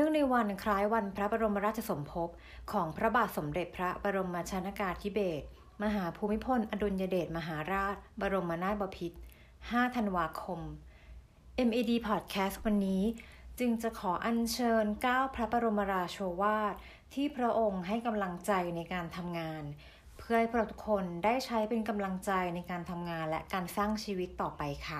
เนื่องในวันคล้ายวันพระบรมราชสมภพของพระบาทสมเด็จพระบรมชนกาธิเบศรมหาภูมิพลอดุลยเดชมหาราชบรมนาถบพิตร 5 ธันวาคม MED Podcast วันนี้จึงจะขออัญเชิญ9พระบรมราโชวาทที่พระองค์ให้กำลังใจในการทำงานเพื่อให้เราทุกคนได้ใช้เป็นกำลังใจในการทำงานและการสร้างชีวิตต่อไปค่ะ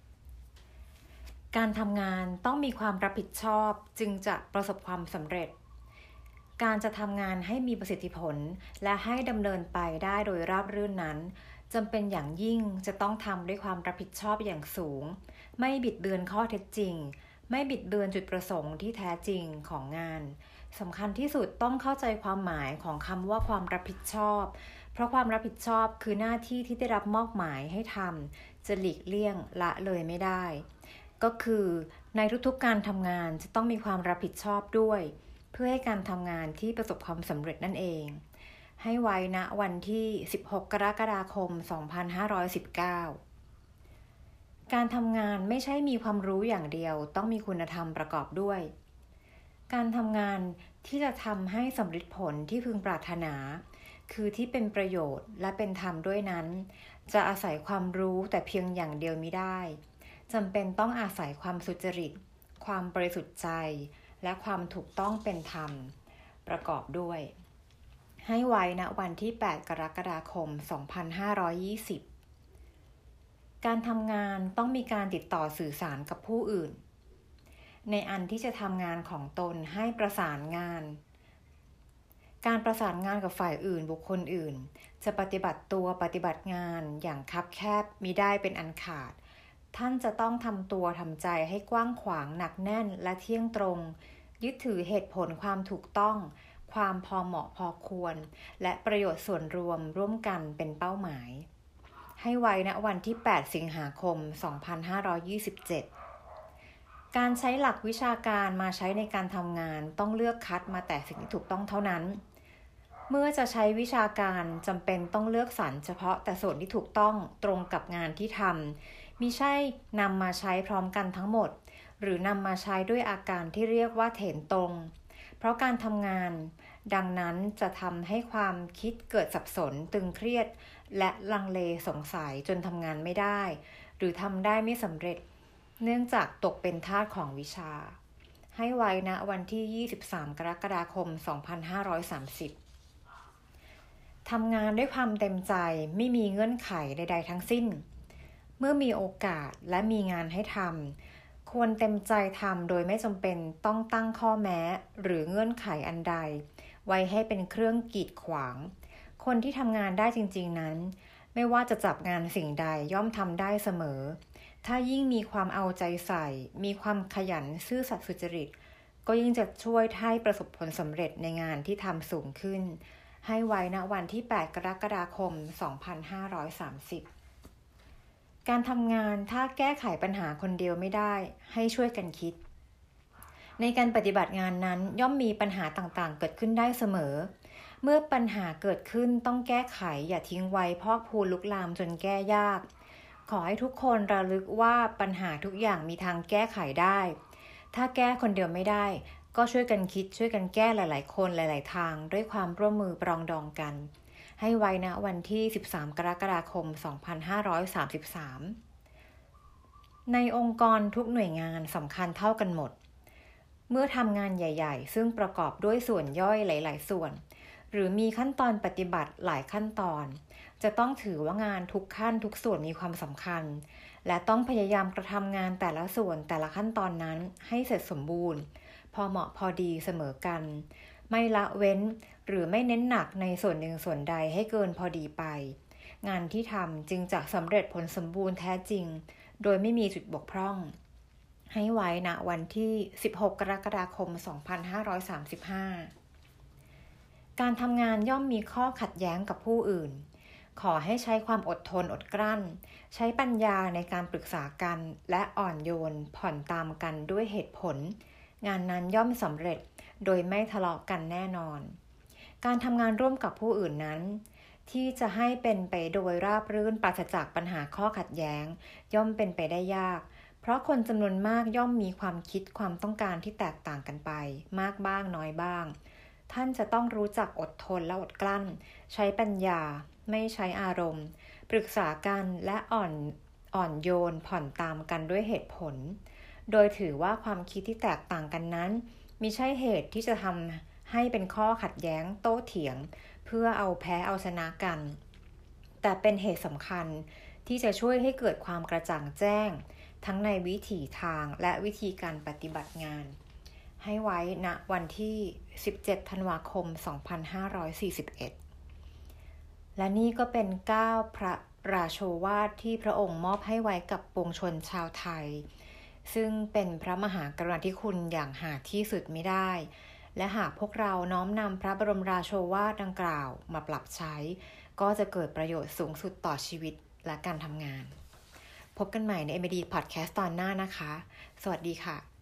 การทำงานต้องมีความรับผิดชอบจึงจะประสบความสำเร็จการจะทำงานให้มีประสิทธิผลและให้ดำเนินไปได้โดยราบรื่นนั้นจำเป็นอย่างยิ่งจะต้องทำด้วยความรับผิดชอบอย่างสูงไม่บิดเบือนข้อเท็จจริงไม่บิดเบือนจุดประสงค์ที่แท้จริงของงานสำคัญที่สุดต้องเข้าใจความหมายของคำว่าความรับผิดชอบเพราะความรับผิดชอบคือหน้าที่ที่ได้รับมอบหมายให้ทำจะหลีกเลี่ยงละเลยไม่ได้ก็คือในทุกๆการทำงานจะต้องมีความรับผิดชอบด้วยเพื่อให้การทำงานที่ประสบความสำเร็จนั่นเองให้ไว้ณวันที่16กรกฎาคม2519การทำงานไม่ใช่มีความรู้อย่างเดียวต้องมีคุณธรรมประกอบด้วยการทำงานที่จะทำให้สำเร็จผลที่พึงปรารถนาคือที่เป็นประโยชน์และเป็นธรรมด้วยนั้นจะอาศัยความรู้แต่เพียงอย่างเดียวมิได้จำเป็นต้องอาศัยความสุจริตความบริสุทธิ์ใจและความถูกต้องเป็นธรรมประกอบด้วยให้ไว้ณวันที่8กรกฎาคม2520การทำงานต้องมีการติดต่อสื่อสารกับผู้อื่นในอันที่จะทำงานของตนให้ประสานงานการประสานงานกับฝ่ายอื่นบุคคลอื่นจะปฏิบัติตัวปฏิบัติงานอย่างคับแคบมิได้เป็นอันขาดท่านจะต้องทำตัวทำใจให้กว้างขวางหนักแน่นและเที่ยงตรงยึดถือเหตุผลความถูกต้องความพอเหมาะพอควรและประโยชน์ส่วนรวมร่วมกันเป็นเป้าหมายให้ไว้ณวันที่8สิงหาคม2527การใช้หลักวิชาการมาใช้ในการทำงานต้องเลือกคัดมาแต่สิ่งที่ถูกต้องเท่านั้นเมื่อจะใช้วิชาการจำเป็นต้องเลือกสรรเฉพาะแต่ส่วนที่ถูกต้องตรงกับงานที่ทำมิใช่นำมาใช้พร้อมกันทั้งหมดหรือนำมาใช้ด้วยอาการที่เรียกว่าเถนตรงเพราะการทำงานดังนั้นจะทำให้ความคิดเกิดสับสนตึงเครียดและลังเลสงสัยจนทำงานไม่ได้หรือทำได้ไม่สำเร็จเนื่องจากตกเป็นทาสของวิชาให้ไว้ณวันที่23กรกฎาคม2530ทำงานด้วยความเต็มใจไม่มีเงื่อนไขใดๆทั้งสิ้นเมื่อมีโอกาสและมีงานให้ทำควรเต็มใจทำโดยไม่จำเป็นต้องตั้งข้อแม้หรือเงื่อนไขอันใดไว้ให้เป็นเครื่องกีดขวางคนที่ทำงานได้จริงๆนั้นไม่ว่าจะจับงานสิ่งใดย่อมทำได้เสมอถ้ายิ่งมีความเอาใจใส่มีความขยันซื่อสัตย์สุจริตก็ยิ่งจะช่วยให้ประสบผลสำเร็จในงานที่ทำสูงขึ้นให้ไว้ณวันที่8กรกฎาคม2530การทำงานถ้าแก้ไขปัญหาคนเดียวไม่ได้ให้ช่วยกันคิดในการปฏิบัติงานนั้นย่อมมีปัญหาต่างๆเกิดขึ้นได้เสมอเมื่อปัญหาเกิดขึ้นต้องแก้ไขอย่าทิ้งไว้พอกพูนลุกลามจนแก้ยากขอให้ทุกคนระลึกว่าปัญหาทุกอย่างมีทางแก้ไขได้ถ้าแก้คนเดียวไม่ได้ก็ช่วยกันคิดช่วยกันแก้หลายๆคนหลายๆทางด้วยความร่วมมือปรองดองกันให้ไว้ณวันที่13กรกฎาคม2533ในองค์กรทุกหน่วยงานสำคัญเท่ากันหมดเมื่อทำงานใหญ่ๆซึ่งประกอบด้วยส่วนย่อยหลายๆส่วนหรือมีขั้นตอนปฏิบัติหลายขั้นตอนจะต้องถือว่างานทุกขั้นทุกส่วนมีความสำคัญและต้องพยายามกระทำงานแต่ละส่วนแต่ละขั้นตอนนั้นให้เสร็จสมบูรณ์พอเหมาะพอดีเสมอกันไม่ละเว้นหรือไม่เน้นหนักในส่วนหนึ่งส่วนใดให้เกินพอดีไปงานที่ทำจึงจะสำเร็จผลสมบูรณ์แท้จริงโดยไม่มีจุดบกพร่องให้ไว้ณวันที่16กรกฎาคม2535การทำงานย่อมมีข้อขัดแย้งกับผู้อื่นขอให้ใช้ความอดทนอดกลั้นใช้ปัญญาในการปรึกษากันและอ่อนโยนผ่อนตามกันด้วยเหตุผลงานนั้นย่อมสำเร็จโดยไม่ทะเลาะกันแน่นอนการทำงานร่วมกับผู้อื่นนั้นที่จะให้เป็นไปโดยราบรื่นปราศจากปัญหาข้อขัดแย้งย่อมเป็นไปได้ยากเพราะคนจำนวนมากย่อมมีความคิดความต้องการที่แตกต่างกันไปมากบ้างน้อยบ้างท่านจะต้องรู้จักอดทนและอดกลั้นใช้ปัญญาไม่ใช้อารมณ์ปรึกษากันและอ่อนโยนผ่อนตามกันด้วยเหตุผลโดยถือว่าความคิดที่แตกต่างกันนั้นมิใช่เหตุที่จะทำให้เป็นข้อขัดแย้งโต้เถียงเพื่อเอาแพ้เอาชนะกันแต่เป็นเหตุสำคัญที่จะช่วยให้เกิดความกระจ่างแจ้งทั้งในวิถีทางและวิธีการปฏิบัติงานให้ไว้ณวันที่17ธันวาคม2541และนี่ก็เป็น9พระราโชวาทที่พระองค์มอบให้ไว้กับปวงชนชาวไทยซึ่งเป็นพระมหากรุณาธิคุณอย่างหาที่สุดไม่ได้และหากพวกเราน้อมนำพระบรมราโชวาทดังกล่าวมาปรับใช้ก็จะเกิดประโยชน์สูงสุดต่อชีวิตและการทำงานพบกันใหม่ใน MAD Podcast ตอนหน้านะคะสวัสดีค่ะ